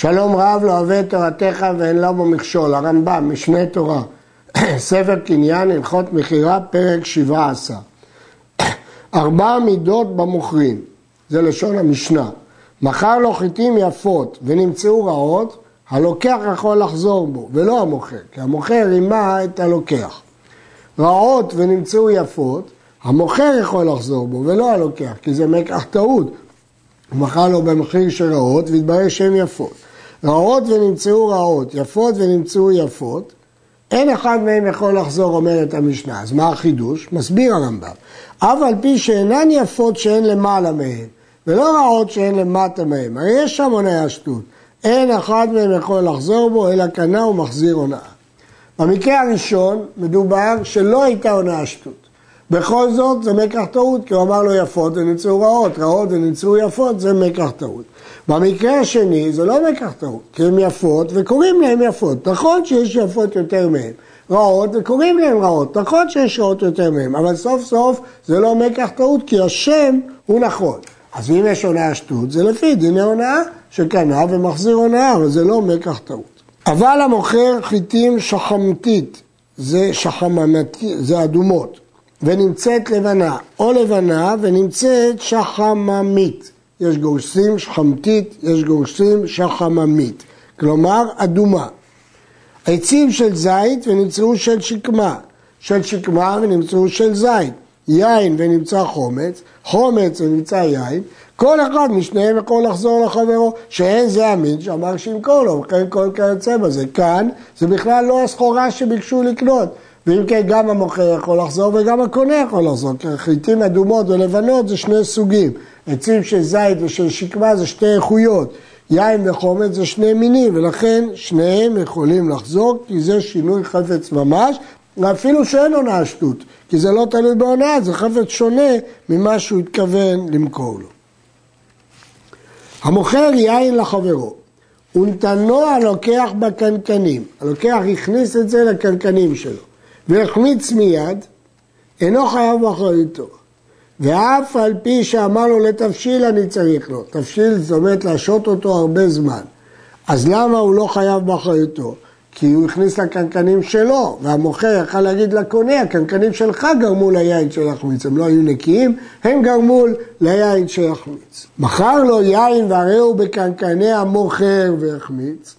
שלום רב לא אוהב את תורתך ואין לו בו מכשול, הרמב"ם, משנה תורה, ספר קניין, הלכות מכירה, פרק 17. 4 מידות במוכרים, זה לשון המשנה. מכר לו חיטים יפות ונמצאו רעות, הלוקח יכול לחזור בו, ולא המוכר, כי המוכר רימה את הלוקח. רעות ונמצאו יפות, המוכר יכול לחזור בו, ולא הלוקח, כי זה מקח טעות. הוא מכר לו במחיר של רעות, והתברר שהן יפות. רעות ונמצאו רעות, יפות ונמצאו יפות, אין אחד מהם יכול לחזור, אומרת המשנה. אז מה החידוש? מסביר הרמב"ם. אף על פי שאינן יפות שאין למעלה מהם, ולא רעות שאין למטה מהם, הרי יש שם הונאה שטות. אין אחד מהם יכול לחזור בו, אלא קנה ומחזיר הונאה. במקרה הראשון מדובר שלא הייתה הונאה שטות. בכל זאת זה מקח טעות, כי הוא אמר לו יפות ונמצאו רעות, רעות ונמצאו יפות, זה מקח טעות. במקרה השני זה לא מקח טעות, כי הן יפות וקוראים להן יפות. נכון שיש יפות יותר מהן, רעות וקוראים להן רעות, נכון שיש רעות יותר מהן, אבל סוף סוף זה לא מקח טעות, כי השם הוא נכון. אז אם יש הונאה שטות, זה לפי דיני הונאה שקנה ומחזיר הונאה, אבל זה לא מקח טעות. אבל המוכר חיטים שחמתית, זה שחממתי, זה אדומות, ונמצאת לבנה, או לבנה ונמצאת שחממית. יש גורסים שחמתית, יש גורסים שחממית, כלומר אדומה. עצים של זית ונמצאו של שקמה ונמצאו של זית. יין ונמצא חומץ, חומץ ונמצא יין, כל אחד משניהם יכול לחזור לחברו, שאין זה המין שאמר שימכור לו, וכן כל כיוצא בזה. כאן זה בכלל לא הסחורה שביקשו לקנות, ואם כן גם המוכר יכול לחזור וגם הקונה יכול לחזור, כי חיטים אדומות ולבנות זה שני סוגים, עצים של זית ושל שקמה זה שתי איכויות, יין וחומץ זה שני מינים, ולכן שניהם יכולים לחזור, כי זה שינוי חפץ ממש, ואפילו שאין הונאה שטות, כי זה לא תלוי בהונאה, זה חפץ שונה ממה שהוא התכוון למכור לו. המוכר יין לחברו, ונתנו הלוקח בקנקנים, הלוקח הכניס את זה לקנקנים שלו, והחמיץ מיד, אינו חייב באחריותו. ואף על פי שאמר לו לתבשיל אני צריך לו, תבשיל זאת אומרת להשעות אותו הרבה זמן, אז למה הוא לא חייב באחריותו? כי הוא הכניס לקנקנים שלו, והמוכר יכל להגיד לקונה, הקנקנים שלך גרמו ליין של החמיץ, הם לא היו נקיים, הם גרמו ליין של החמיץ. מכר לו יין והרי הוא בקנקני המוכר והחמיץ.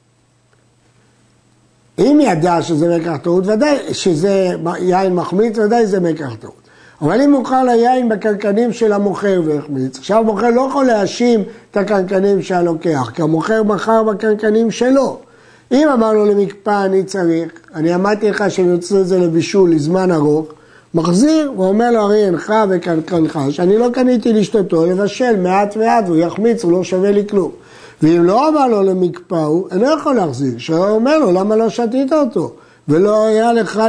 אם ידע שזה מקח טעות, ודאי שזה יין מחמיץ, ודאי זה מקח טעות. אבל אם מוכר ליין בקנקנים של המוכר והחמיץ, עכשיו המוכר לא יכול להאשים את הקנקנים שהלוקח, כי המוכר מכר בקנקנים שלו. אם אמר לו למקפא אני צריך, אני אמרתי לך שהם יוצאו את זה לבישול לזמן ארוך, מחזיר, הוא אומר לו הרי אינך וקנקנך, שאני לא קניתי לשתותו לבשל מעט מעט, והוא יחמיץ, הוא לא שווה לי כלום. ואם לא אמר לו למקפא הוא, אני לא יכול להחזיר, שהוא אומר לו למה לא שתית אותו, ולא היה לך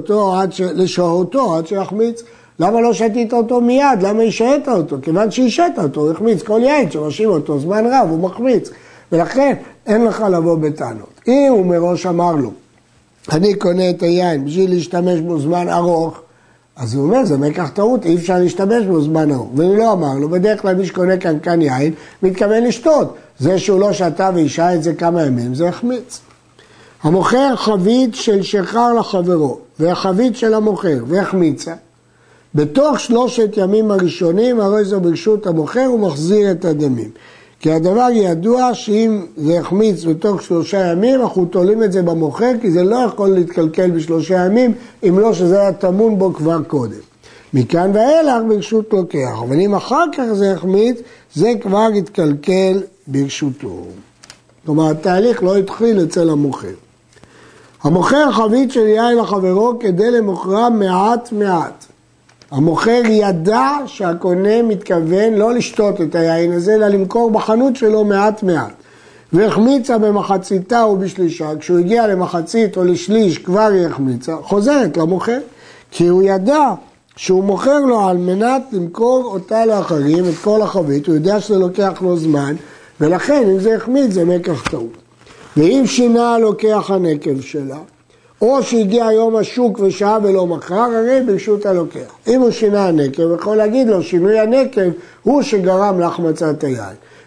לשהותו עד שיחמיץ, למה לא שתית אותו מיד, למה השעת אותו, כיוון שהשעת אותו, הוא יחמיץ כל יין שרשים אותו זמן רב, הוא מחמיץ, ולכן אין לך לבוא בטענות. אם הוא מראש אמר לו, אני קונה את היין בשביל להשתמש בו זמן ארוך, אז הוא אומר, זה מקח טעות, אי אפשר להשתמש בו זמן ארוך. ואם לא אמר לו, בדרך כלל מי שקונה קנקן יין, מתכוון לשתות. זה שהוא לא שתה ואישה את זה כמה ימים, זה החמיץ. המוכר חבית של שחר לחברו, והחבית של המוכר, והחמיצה. בתוך 3 ימים הראשונים, הרי זו ברשות המוכר, הוא מחזיר את הדמים. כי הדבר ידוע שאם זה יחמיץ בתוך 3 ימים, אנחנו תולים את זה במוכר, כי זה לא יכול להתקלקל ב3 ימים, אם לא שזה היה טמון בו כבר קודם. מכאן ואילך ברשות לוקח, אבל אם אחר כך זה יחמיץ, זה כבר יתקלקל ברשותו. כלומר, התהליך לא התחיל אצל המוכר. המוכר חבית של יין לחברו כדי למוכרה מעט מעט. המוכר ידע שהקונה מתכוון לא לשתות את היין הזה, אלא למכור בחנות שלו מעט מעט. והחמיצה במחציתה או בשלישה, כשהוא הגיע למחצית או לשליש כבר היא החמיצה, חוזרת למוכר. כי הוא ידע שהוא מוכר לו על מנת למכור אותה לאחרים, את כל החבית, הוא יודע שזה לוקח לו זמן, ולכן אם זה החמיץ זה מקח טעות. ואם שינה לוקח הנקב שלה, או שהגיע יום השוק ושעה ולא מכר, הרי ברשות הלוקח. אם הוא שינה הנקב, יכול להגיד לו, שינוי הנקב הוא שגרם להחמצת היין.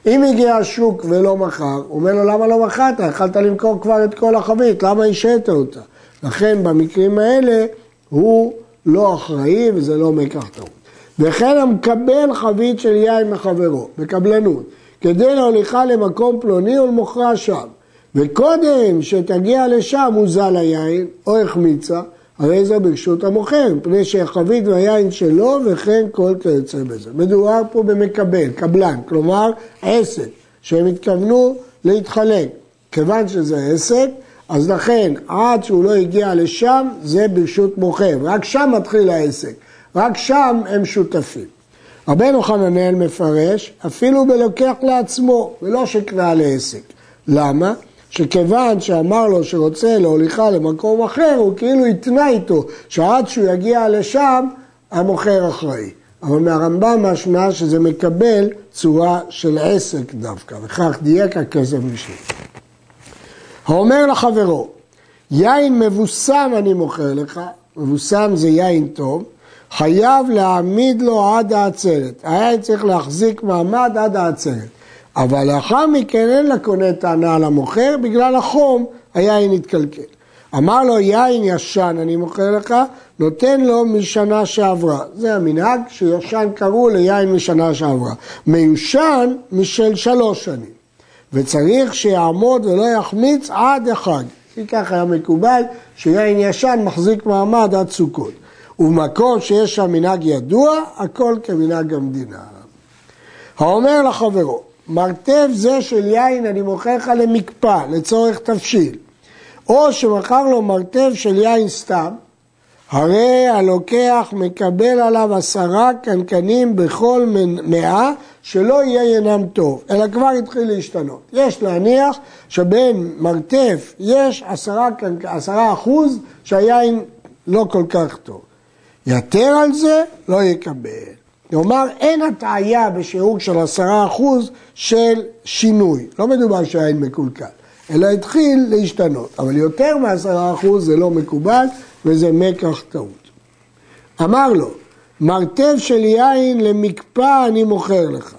אם הגיע השוק ולא מכר, הוא אומר לו למה לא מכרת? יכלת למכור כבר את כל החבית, למה השעת אותה? לכן במקרים האלה הוא לא אחראי וזה לא מקח טעות. וכן המקבל חבית של יין מחברו, בקבלנות, כדי להוליכה למקום פלוני ולמוכרה שם. וקודם שתגיע לשם הוזל היין או החמיצה, הרי זה ברשות המוכר, מפני שהחבית והיין שלו וכן כל כיוצא בזה. מדובר פה במקבל, קבלן, כלומר עסק, שהם התכוונו להתחלק. כיוון שזה עסק, אז לכן עד שהוא לא הגיע לשם זה ברשות מוכר, רק שם מתחיל העסק, רק שם הם שותפים. רבנו חננאל מפרש אפילו בלוקח לעצמו ולא שקרא לעסק. למה? שכיוון שאמר לו שרוצה להוליכה למקום אחר, הוא כאילו התנה איתו שעד שהוא יגיע לשם המוכר אחראי. אבל מהרמב"ם משמע שזה מקבל צורה של עסק דווקא, וכך דייק הכסף משנה. האומר לחברו, יין מבוסם אני מוכר לך, מבוסם זה יין טוב, חייב להעמיד לו עד העצרת. היין צריך להחזיק מעמד עד העצרת. אבל לאחר מכן אין לקונה טענה על המוכר, בגלל החום היין התקלקל. אמר לו יין ישן אני מוכר לך, נותן לו משנה שעברה. זה המנהג שישן קראו ליין משנה שעברה. מיושן משל 3 שנים. וצריך שיעמוד ולא יחמיץ עד החג. כי כך היה מקובל שיין ישן מחזיק מעמד עד סוכות. ובמקום שיש שם מנהג ידוע, הכל כמנהג המדינה. האומר לחברו, מרתף זה של יין אני מוכר לך למקפא, לצורך תבשיל. או שמכר לו מרתף של יין סתם, הרי הלוקח מקבל עליו 10 קנקנים בכל 100 שלא יהיה ינם טוב, אלא כבר התחיל להשתנות. יש להניח שבין מרתף יש 10% שהיין לא כל כך טוב. יתר על זה לא יקבל. כלומר, אין הטעיה בשיעור של 10% של שינוי. לא מדובר שהיין מקולקל, אלא התחיל להשתנות. אבל יותר מ10% זה לא מקובל וזה מקח טעות. אמר לו, מרתף של יין למקפא אני מוכר לך.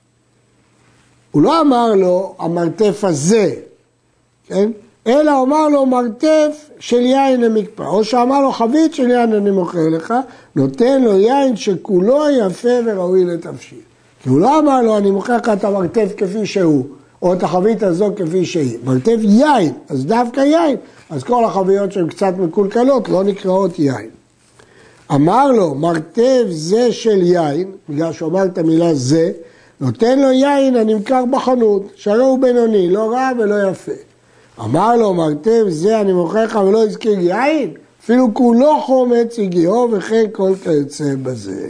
הוא לא אמר לו, המרתף הזה, כן? אלא אמר לו מרתף של יין למקפא, או שאמר לו חבית של יין אני מוכר לך, נותן לו יין שכולו יפה וראוי לתבשיל. כי הוא לא אמר לו אני מוכר לך את המרתף כפי שהוא, או את החבית הזו כפי שהיא. מרתף יין, אז דווקא יין, אז כל החביות שהן קצת מקולקלות לא נקראות יין. אמר לו מרתף זה של יין, בגלל שהוא אמר את המילה זה, נותן לו יין הנמכר בחנות, שהרי הוא בינוני, לא רע ולא יפה. אמר לו מרתף זה אני מוכר לך ולא הזכיר יין, אפילו כולו חומץ הגיעו וכן כל כיוצא בזה.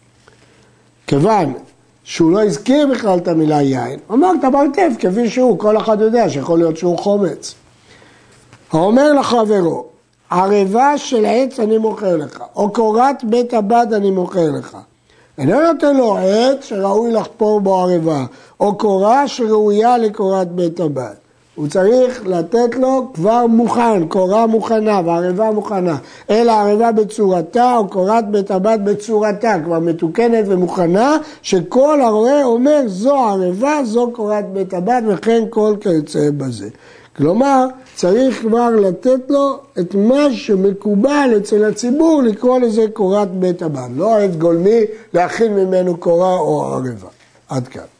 כיוון שהוא לא הזכיר בכלל את המילה יין, אמר את המרתף כפי שהוא, כל אחד יודע שיכול להיות שהוא חומץ. האומר לחברו, ערבה של עץ אני מוכר לך, או קורת בית הבד אני מוכר לך. אינו נותן לו עץ שראוי לחפור בו ערבה, או קורה שראויה לקורת בית הבד. הוא צריך לתת לו כבר מוכן, קורה מוכנה וערבה מוכנה, אלא ערבה בצורתה או קורת בית הבד בצורתה, כבר מתוקנת ומוכנה, שכל הרואה אומר זו ערבה, זו קורת בית הבד וכן כל כיוצא בזה. כלומר, צריך כבר לתת לו את מה שמקובל אצל הציבור לקרוא לזה קורת בית הבד, לא עץ גולמי להכין ממנו קורה או ערבה. עד כאן.